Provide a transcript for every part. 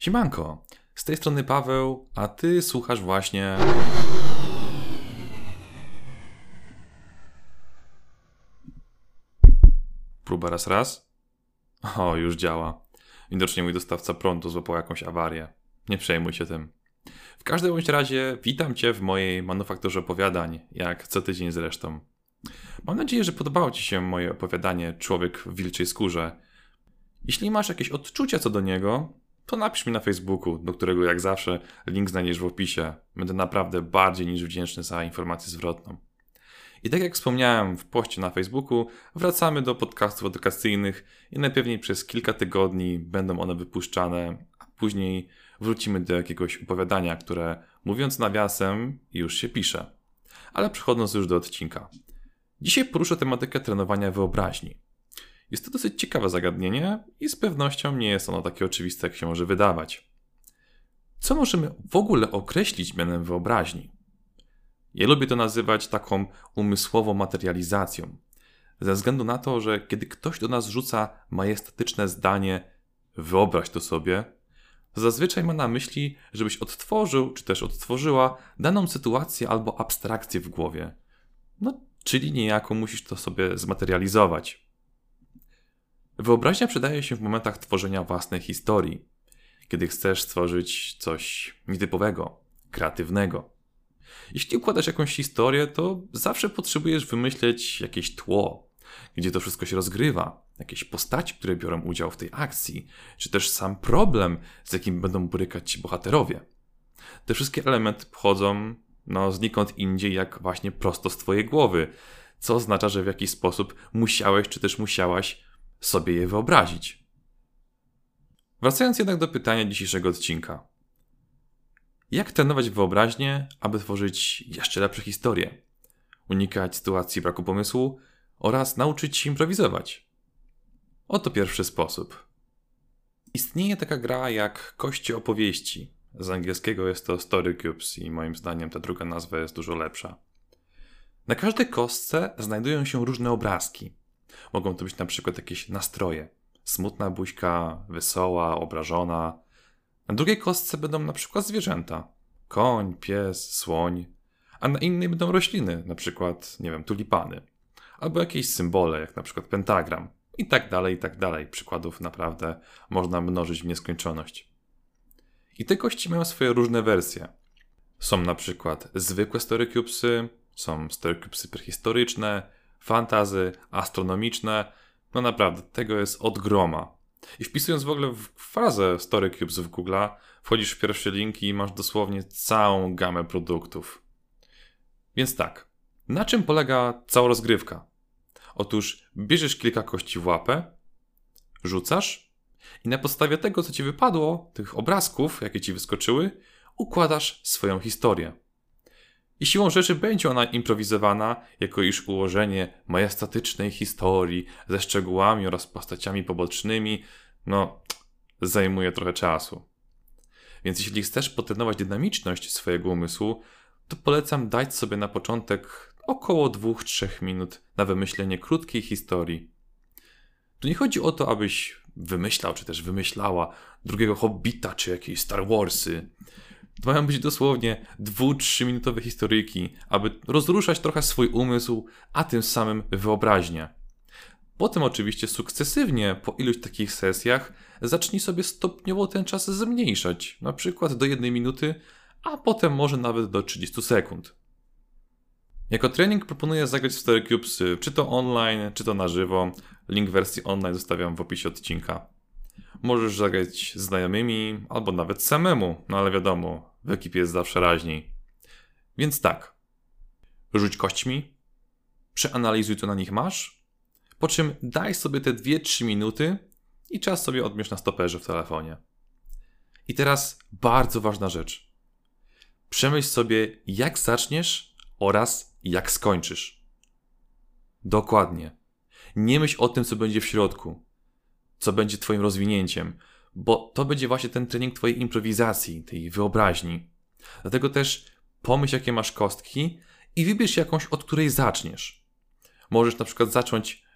Siemanko, z tej strony Paweł, a ty słuchasz właśnie... Próba raz. O, już działa. Widocznie mój dostawca prądu złapał jakąś awarię. Nie przejmuj się tym. W każdym bądź razie witam cię w mojej manufakturze opowiadań, jak co tydzień zresztą. Mam nadzieję, że podobało ci się moje opowiadanie Człowiek w wilczej skórze. Jeśli masz jakieś odczucia co do niego, to napisz mi na Facebooku, do którego jak zawsze link znajdziesz w opisie. Będę naprawdę bardziej niż wdzięczny za informację zwrotną. I tak jak wspomniałem w poście na Facebooku, wracamy do podcastów edukacyjnych i najpewniej przez kilka tygodni będą one wypuszczane, a później wrócimy do jakiegoś opowiadania, które, mówiąc nawiasem, już się pisze. Ale przechodząc już do odcinka. Dzisiaj poruszę tematykę trenowania wyobraźni. Jest to dosyć ciekawe zagadnienie i z pewnością nie jest ono takie oczywiste, jak się może wydawać. Co możemy w ogóle określić mianem wyobraźni? Ja lubię to nazywać taką umysłową materializacją. Ze względu na to, że kiedy ktoś do nas rzuca majestatyczne zdanie wyobraź to sobie, zazwyczaj ma na myśli, żebyś odtworzył czy też odtworzyła daną sytuację albo abstrakcję w głowie. Czyli niejako musisz to sobie zmaterializować. Wyobraźnia przydaje się w momentach tworzenia własnej historii, kiedy chcesz stworzyć coś nietypowego, kreatywnego. Jeśli układasz jakąś historię, to zawsze potrzebujesz wymyśleć jakieś tło, gdzie to wszystko się rozgrywa, jakieś postaci, które biorą udział w tej akcji, czy też sam problem, z jakim będą borykać się bohaterowie. Te wszystkie elementy pochodzą znikąd indziej, jak właśnie prosto z twojej głowy, co oznacza, że w jakiś sposób musiałeś, czy też musiałaś sobie je wyobrazić. Wracając jednak do pytania dzisiejszego odcinka. Jak trenować wyobraźnię, aby tworzyć jeszcze lepsze historie? Unikać sytuacji braku pomysłu oraz nauczyć się improwizować? Oto pierwszy sposób. Istnieje taka gra jak Kości opowieści. Z angielskiego jest to Story Cubes i moim zdaniem ta druga nazwa jest dużo lepsza. Na każdej kostce znajdują się różne obrazki. Mogą to być na przykład jakieś nastroje. Smutna buźka, wesoła, obrażona. Na drugiej kostce będą na przykład zwierzęta. Koń, pies, słoń. A na innej będą rośliny, na przykład, tulipany. Albo jakieś symbole, jak na przykład pentagram. I tak dalej, i tak dalej. Przykładów naprawdę można mnożyć w nieskończoność. I te kości mają swoje różne wersje. Są na przykład zwykłe Story Cubesy, są Story Cubesy prehistoryczne, fantasy, astronomiczne. Naprawdę, tego jest od groma. I wpisując w ogóle w frazę Story Cubes w Google'a, wchodzisz w pierwszy link i masz dosłownie całą gamę produktów. Więc tak, na czym polega cała rozgrywka? Otóż bierzesz kilka kości w łapę, rzucasz i na podstawie tego, co ci wypadło, tych obrazków, jakie ci wyskoczyły, układasz swoją historię. I siłą rzeczy będzie ona improwizowana, jako iż ułożenie majestatycznej historii ze szczegółami oraz postaciami pobocznymi, zajmuje trochę czasu. Więc jeśli chcesz potrenować dynamiczność swojego umysłu, to polecam dać sobie na początek około 2-3 minut na wymyślenie krótkiej historii. Tu nie chodzi o to, abyś wymyślał, czy też wymyślała drugiego Hobbita, czy jakieś Star Warsy. To mają być dosłownie 2-3 minutowe historyjki, aby rozruszać trochę swój umysł, a tym samym wyobraźnię. Potem oczywiście sukcesywnie po iluś takich sesjach zacznij sobie stopniowo ten czas zmniejszać, na przykład do 1 minuty, a potem może nawet do 30 sekund. Jako trening proponuję zagrać w Story Cubes, czy to online, czy to na żywo. Link wersji online zostawiam w opisie odcinka. Możesz zagrać z znajomymi, albo nawet samemu, ale wiadomo, w ekipie jest zawsze raźniej. Więc tak, rzuć kośćmi, przeanalizuj co na nich masz, po czym daj sobie te 2-3 minuty i czas sobie odbierz na stoperze w telefonie. I teraz bardzo ważna rzecz. Przemyśl sobie, jak zaczniesz oraz jak skończysz. Dokładnie. Nie myśl o tym, co będzie w środku, co będzie twoim rozwinięciem, bo to będzie właśnie ten trening twojej improwizacji, tej wyobraźni. Dlatego też pomyśl, jakie masz kostki i wybierz jakąś, od której zaczniesz. Możesz na przykład zacząć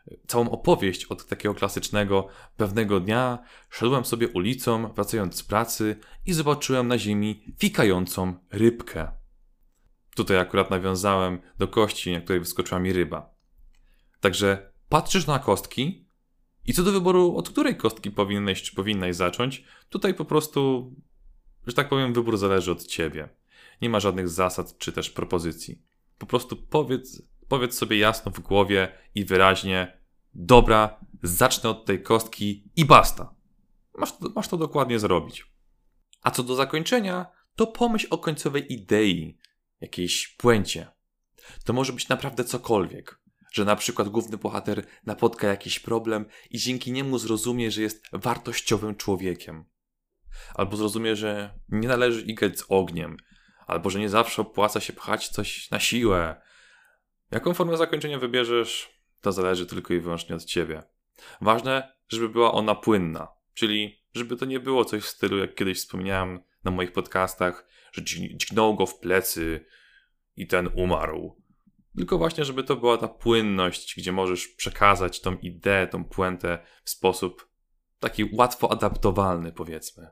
całą opowieść od takiego klasycznego pewnego dnia szedłem sobie ulicą, wracając z pracy i zobaczyłem na ziemi fikającą rybkę. Tutaj akurat nawiązałem do kości, na której wyskoczyła mi ryba. Także patrzysz na kostki i co do wyboru, od której kostki powinieneś czy powinnaś zacząć, tutaj po prostu, że tak powiem, wybór zależy od ciebie. Nie ma żadnych zasad czy też propozycji. Po prostu powiedz sobie jasno w głowie i wyraźnie: dobra, zacznę od tej kostki i basta. Masz to dokładnie zrobić. A co do zakończenia, to pomyśl o końcowej idei, jakiejś puencie. To może być naprawdę cokolwiek, że na przykład główny bohater napotka jakiś problem i dzięki niemu zrozumie, że jest wartościowym człowiekiem. Albo zrozumie, że nie należy igrać z ogniem, albo że nie zawsze opłaca się pchać coś na siłę. Jaką formę zakończenia wybierzesz, to zależy tylko i wyłącznie od ciebie. Ważne, żeby była ona płynna, czyli żeby to nie było coś w stylu, jak kiedyś wspomniałem na moich podcastach, że dźgnął go w plecy i ten umarł. Tylko właśnie, żeby to była ta płynność, gdzie możesz przekazać tą ideę, tą puentę w sposób taki łatwo adaptowalny, powiedzmy.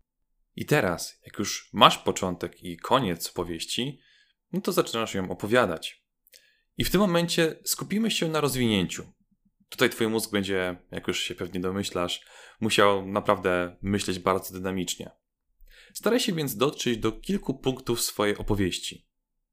I teraz, jak już masz początek i koniec powieści, no to zaczynasz ją opowiadać. I w tym momencie skupimy się na rozwinięciu. Tutaj twój mózg będzie, jak już się pewnie domyślasz, musiał naprawdę myśleć bardzo dynamicznie. Staraj się więc dotrzeć do kilku punktów swojej opowieści.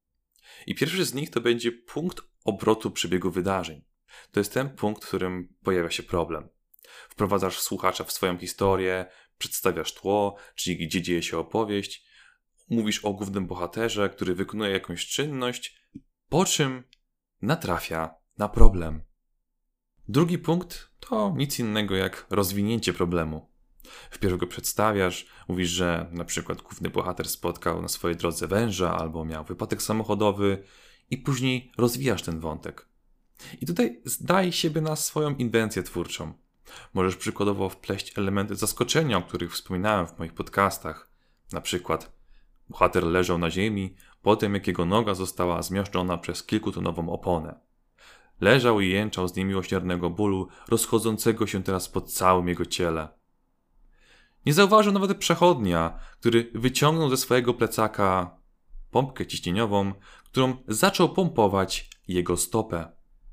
I pierwszy z nich to będzie punkt obrotu przebiegu wydarzeń. To jest ten punkt, w którym pojawia się problem. Wprowadzasz słuchacza w swoją historię, przedstawiasz tło, czyli gdzie dzieje się opowieść, mówisz o głównym bohaterze, który wykonuje jakąś czynność, po czym natrafia na problem. Drugi punkt to nic innego jak rozwinięcie problemu. Wpierw go przedstawiasz, mówisz, że na przykład główny bohater spotkał na swojej drodze węża albo miał wypadek samochodowy i później rozwijasz ten wątek. I tutaj zdaj siebie na swoją inwencję twórczą. Możesz przykładowo wpleść elementy zaskoczenia, o których wspominałem w moich podcastach. Na przykład bohater leżał na ziemi, potem jak jego noga została zmiażdżona przez kilkutonową oponę. Leżał i jęczał z niemiłosiernego bólu, rozchodzącego się teraz po całym jego ciele. Nie zauważył nawet przechodnia, który wyciągnął ze swojego plecaka pompkę ciśnieniową, którą zaczął pompować jego stopę.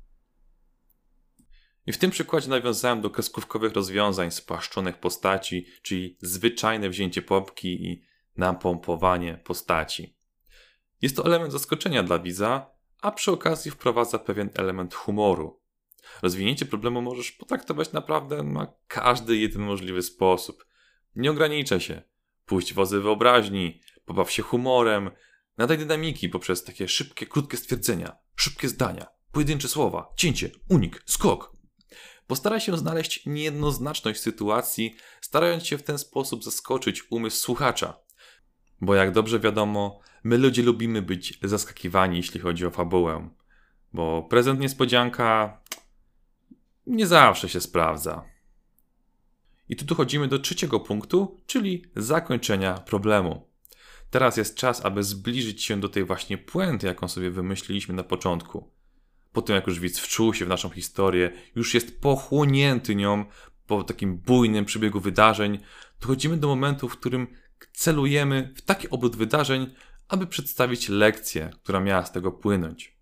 I w tym przykładzie nawiązałem do kreskówkowych rozwiązań spłaszczonych postaci, czyli zwyczajne wzięcie pompki i napompowanie postaci. Jest to element zaskoczenia dla widza, a przy okazji wprowadza pewien element humoru. Rozwinięcie problemu możesz potraktować naprawdę na każdy jeden możliwy sposób. Nie ograniczaj się. Puść wozy wyobraźni, pobaw się humorem, nadaj dynamiki poprzez takie szybkie, krótkie stwierdzenia, szybkie zdania, pojedyncze słowa, cięcie, unik, skok. Postaraj się znaleźć niejednoznaczność sytuacji, starając się w ten sposób zaskoczyć umysł słuchacza. Bo jak dobrze wiadomo, my ludzie lubimy być zaskakiwani, jeśli chodzi o fabułę. Bo prezent niespodzianka nie zawsze się sprawdza. I tu dochodzimy do trzeciego punktu, czyli zakończenia problemu. Teraz jest czas, aby zbliżyć się do tej właśnie puenty, jaką sobie wymyśliliśmy na początku. Po tym, jak już widz wczuł się w naszą historię, już jest pochłonięty nią po takim bujnym przebiegu wydarzeń, dochodzimy do momentu, w którym celujemy w taki obrót wydarzeń, aby przedstawić lekcję, która miała z tego płynąć.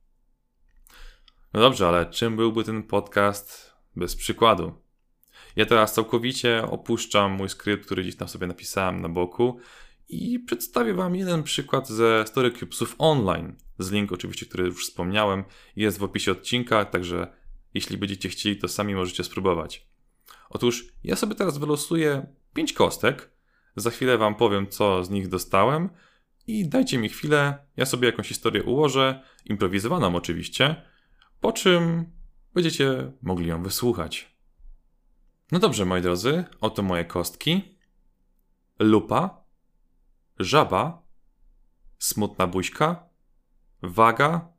No dobrze, ale czym byłby ten podcast bez przykładu? Ja teraz całkowicie opuszczam mój skrypt, który gdzieś tam sobie napisałem na boku i przedstawię wam jeden przykład ze StoryCubesów online. Z link oczywiście, który już wspomniałem, jest w opisie odcinka, także jeśli będziecie chcieli, to sami możecie spróbować. Otóż ja sobie teraz wylosuję 5 kostek, za chwilę wam powiem, co z nich dostałem i dajcie mi chwilę, ja sobie jakąś historię ułożę, improwizowaną oczywiście, po czym będziecie mogli ją wysłuchać. No dobrze, moi drodzy, oto moje kostki. Lupa, żaba, smutna buźka, waga,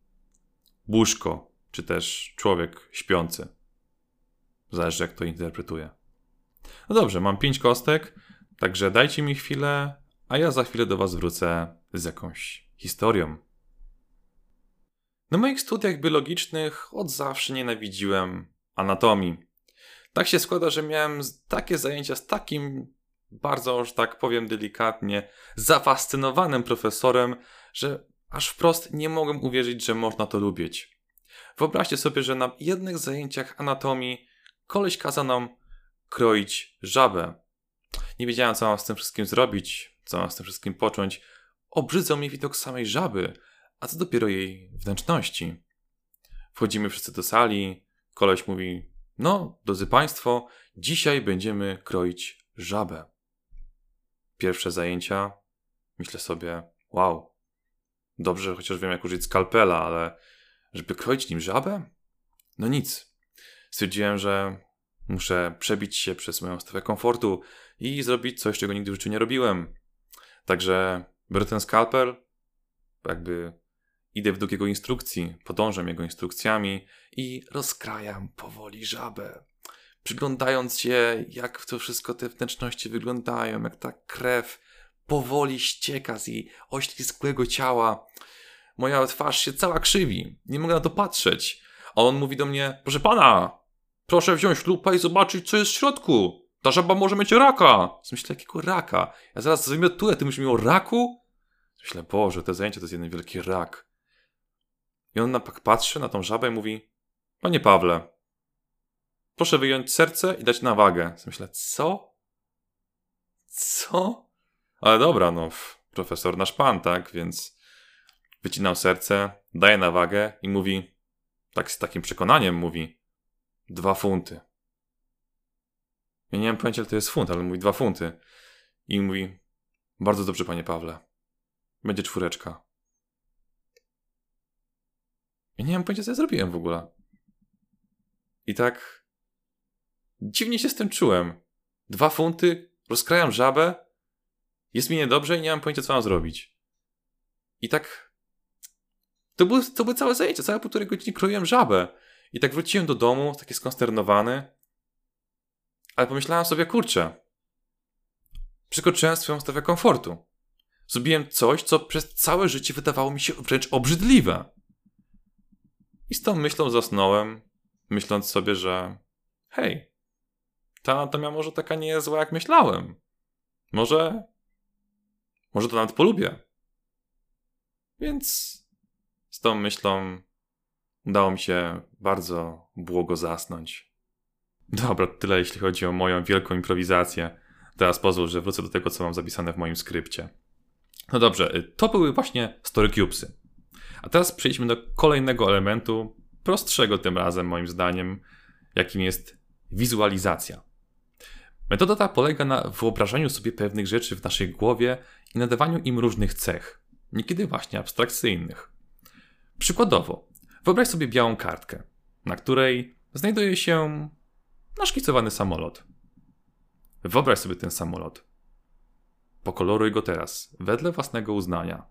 łóżko, czy też człowiek śpiący. Zależy, jak to interpretuję. No dobrze, mam 5 kostek, także dajcie mi chwilę, a ja za chwilę do was wrócę z jakąś historią. Na moich studiach biologicznych od zawsze nienawidziłem anatomii. Tak się składa, że miałem takie zajęcia z takim bardzo, że tak powiem delikatnie, zafascynowanym profesorem, że aż wprost nie mogłem uwierzyć, że można to lubić. Wyobraźcie sobie, że na jednych zajęciach anatomii koleś kazał nam kroić żabę. Nie wiedziałem, co mam z tym wszystkim zrobić, co mam z tym wszystkim począć. Obrzydzał mnie widok samej żaby, a co dopiero jej wnętrzności. Wchodzimy wszyscy do sali, koleś mówi: no, drodzy Państwo, dzisiaj będziemy kroić żabę. Pierwsze zajęcia, myślę sobie, wow, dobrze, chociaż wiem, jak użyć skalpela, ale żeby kroić nim żabę? No nic. Stwierdziłem, że muszę przebić się przez moją strefę komfortu i zrobić coś, czego nigdy w życiu nie robiłem. Także biorę ten skalpel, jakby idę według jego instrukcji, podążam jego instrukcjami i rozkrajam powoli żabę. Przyglądając się, jak to wszystko, te wnętrzności wyglądają, jak ta krew powoli ścieka z jej oślizgłego ciała. Moja twarz się cała krzywi, nie mogę na to patrzeć. A on mówi do mnie: proszę pana, proszę wziąć lupę i zobaczyć, co jest w środku. Ta żaba może mieć raka. Myślę, jakiego raka? Ja zaraz zwymiotuję, ty myślisz mi o raku? Myślę, Boże, to zajęcie to jest jeden wielki rak. I on patrzy na tą żabę i mówi: panie Pawle, proszę wyjąć serce i dać na wagę. Myślę, co? Co? Ale dobra, no, profesor nasz pan, tak? Więc wycinał serce, daje na wagę i mówi, tak z takim przekonaniem mówi: 2 funty. Ja nie mam pojęcia, ile to jest funt, ale mówi 2 funty. I mówi: bardzo dobrze, panie Pawle. Będzie 4. Ja nie mam pojęcia, co ja zrobiłem w ogóle. I tak dziwnie się z tym czułem. 2 funty, rozkrajam żabę, jest mi niedobrze i nie mam pojęcia, co mam zrobić. I tak to były całe zajęcie, całe 1,5 godziny kroiłem żabę. I tak wróciłem do domu, taki skonsternowany. Ale pomyślałem sobie, kurczę, przekroczyłem swoją strefę komfortu. Zrobiłem coś, co przez całe życie wydawało mi się wręcz obrzydliwe. I z tą myślą zasnąłem, myśląc sobie, że hej, ta anatomia może taka nie jest zła, jak myślałem. Może to nawet polubię. Więc z tą myślą udało mi się bardzo błogo zasnąć. Dobra, tyle jeśli chodzi o moją wielką improwizację. Teraz pozwól, że wrócę do tego, co mam zapisane w moim skrypcie. No dobrze, to były właśnie StoryCubesy. A teraz przejdźmy do kolejnego elementu, prostszego tym razem moim zdaniem, jakim jest wizualizacja. Metoda ta polega na wyobrażaniu sobie pewnych rzeczy w naszej głowie i nadawaniu im różnych cech, niekiedy właśnie abstrakcyjnych. Przykładowo, wyobraź sobie białą kartkę, na której znajduje się naszkicowany samolot. Wyobraź sobie ten samolot. Pokoloruj go teraz, wedle własnego uznania.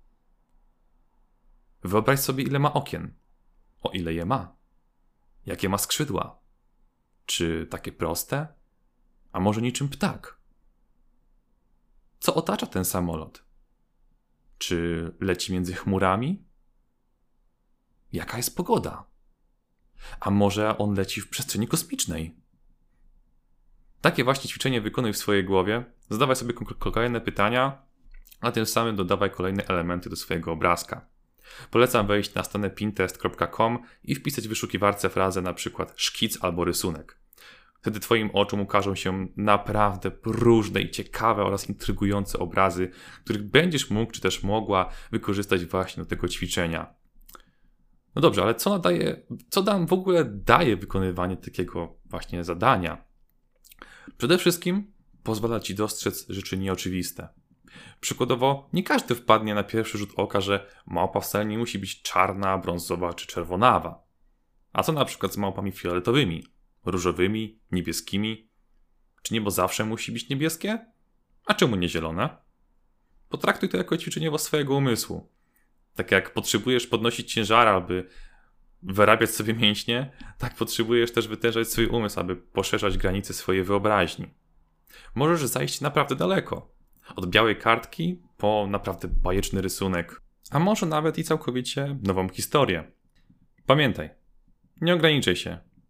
Wyobraź sobie, ile ma okien. O ile je ma. Jakie ma skrzydła. Czy takie proste? A może niczym ptak? Co otacza ten samolot? Czy leci między chmurami? Jaka jest pogoda? A może on leci w przestrzeni kosmicznej? Takie właśnie ćwiczenie wykonuj w swojej głowie. Zadawaj sobie kolejne pytania, a tym samym dodawaj kolejne elementy do swojego obrazka. Polecam wejść na stronę pinterest.com i wpisać w wyszukiwarce frazę na przykład szkic albo rysunek. Wtedy twoim oczom ukażą się naprawdę różne i ciekawe oraz intrygujące obrazy, których będziesz mógł czy też mogła wykorzystać właśnie do tego ćwiczenia. No dobrze, ale co nam w ogóle daje wykonywanie takiego właśnie zadania? Przede wszystkim pozwala ci dostrzec rzeczy nieoczywiste. Przykładowo, nie każdy wpadnie na pierwszy rzut oka, że małpa wcale nie musi być czarna, brązowa czy czerwonawa. A co na przykład z małpami fioletowymi, różowymi, niebieskimi? Czy niebo zawsze musi być niebieskie? A czemu nie zielone? Potraktuj to jako ćwiczenie swojego umysłu. Tak jak potrzebujesz podnosić ciężar, aby wyrabiać sobie mięśnie, tak potrzebujesz też wytężać swój umysł, aby poszerzać granice swojej wyobraźni. Możesz zajść naprawdę daleko. Od białej kartki po naprawdę bajeczny rysunek, a może nawet i całkowicie nową historię. Pamiętaj, nie ograniczaj się.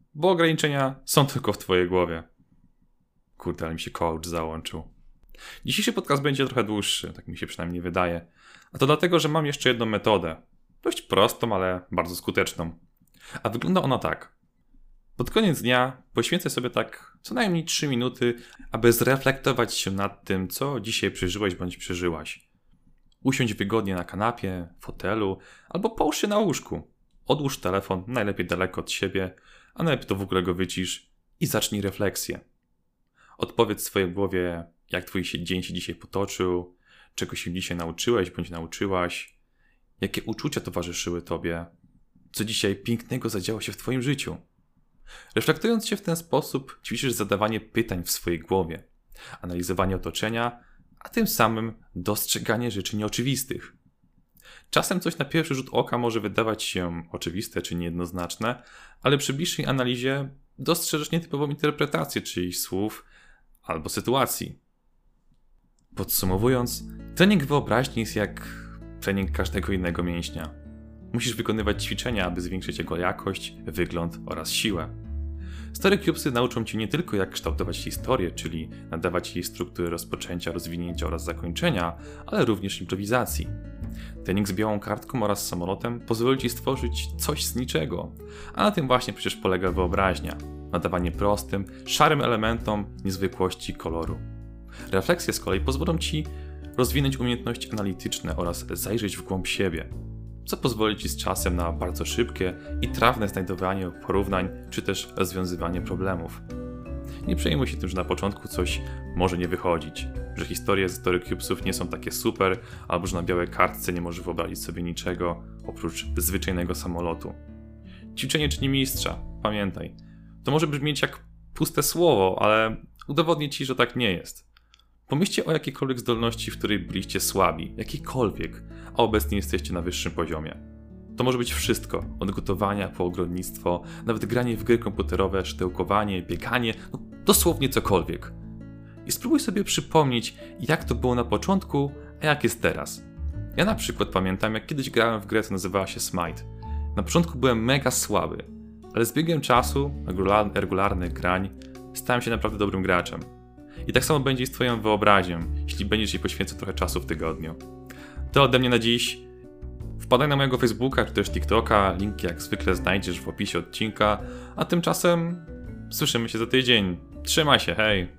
bo ograniczenia są tylko w twojej głowie. Kurde, ale mi się coach załączył. Dzisiejszy podcast będzie trochę dłuższy, tak mi się przynajmniej wydaje. A to dlatego, że mam jeszcze jedną metodę. Dość prostą, ale bardzo skuteczną. A wygląda ona tak. Pod koniec dnia poświęcę sobie tak co najmniej 3 minuty, aby zreflektować się nad tym, co dzisiaj przeżyłeś bądź przeżyłaś. Usiądź wygodnie na kanapie, fotelu albo połóż się na łóżku. Odłóż telefon, najlepiej daleko od siebie, a najlepiej to w ogóle go wycisz i zacznij refleksję. Odpowiedz swojej głowie, jak twój dzień się dzisiaj potoczył, czego się dzisiaj nauczyłeś bądź nauczyłaś, jakie uczucia towarzyszyły tobie, co dzisiaj pięknego zadziało się w twoim życiu. Reflektując się w ten sposób, ćwiczysz zadawanie pytań w swojej głowie, analizowanie otoczenia, a tym samym dostrzeganie rzeczy nieoczywistych. Czasem coś na pierwszy rzut oka może wydawać się oczywiste czy niejednoznaczne, ale przy bliższej analizie dostrzeżesz nietypową interpretację czyichś słów albo sytuacji. Podsumowując, trening wyobraźni jest jak trening każdego innego mięśnia. Musisz wykonywać ćwiczenia, aby zwiększyć jego jakość, wygląd oraz siłę. StoryCubesy nauczą Cię nie tylko jak kształtować historię, czyli nadawać jej struktury rozpoczęcia, rozwinięcia oraz zakończenia, ale również improwizacji. Trening z białą kartką oraz samolotem pozwoli Ci stworzyć coś z niczego, a na tym właśnie przecież polega wyobraźnia. Nadawanie prostym, szarym elementom niezwykłości koloru. Refleksje z kolei pozwolą Ci rozwinąć umiejętności analityczne oraz zajrzeć w głąb siebie, co pozwoli Ci z czasem na bardzo szybkie i trafne znajdowanie porównań czy też rozwiązywanie problemów. Nie przejmuj się tym, że na początku coś może nie wychodzić, że historie z StoryCubesów nie są takie super, albo że na białej kartce nie możesz wyobrazić sobie niczego oprócz zwyczajnego samolotu. Ćwiczenie czyni mistrza, pamiętaj. To może brzmieć jak puste słowo, ale udowodnię Ci, że tak nie jest. Pomyślcie o jakiejkolwiek zdolności, w której byliście słabi, jakiejkolwiek, a obecnie jesteście na wyższym poziomie. To może być wszystko, od gotowania po ogrodnictwo, nawet granie w gry komputerowe, szydełkowanie, bieganie, no dosłownie cokolwiek. I spróbuj sobie przypomnieć, jak to było na początku, a jak jest teraz. Ja na przykład pamiętam, jak kiedyś grałem w grę, co nazywała się Smite. Na początku byłem mega słaby, ale z biegiem czasu, regularnych grań, stałem się naprawdę dobrym graczem. I tak samo będzie z twoją wyobraźnią, jeśli będziesz jej poświęcał trochę czasu w tygodniu. To ode mnie na dziś. Wpadaj na mojego Facebooka czy też TikToka, linki jak zwykle znajdziesz w opisie odcinka, a tymczasem słyszymy się za tydzień. Trzymaj się, hej!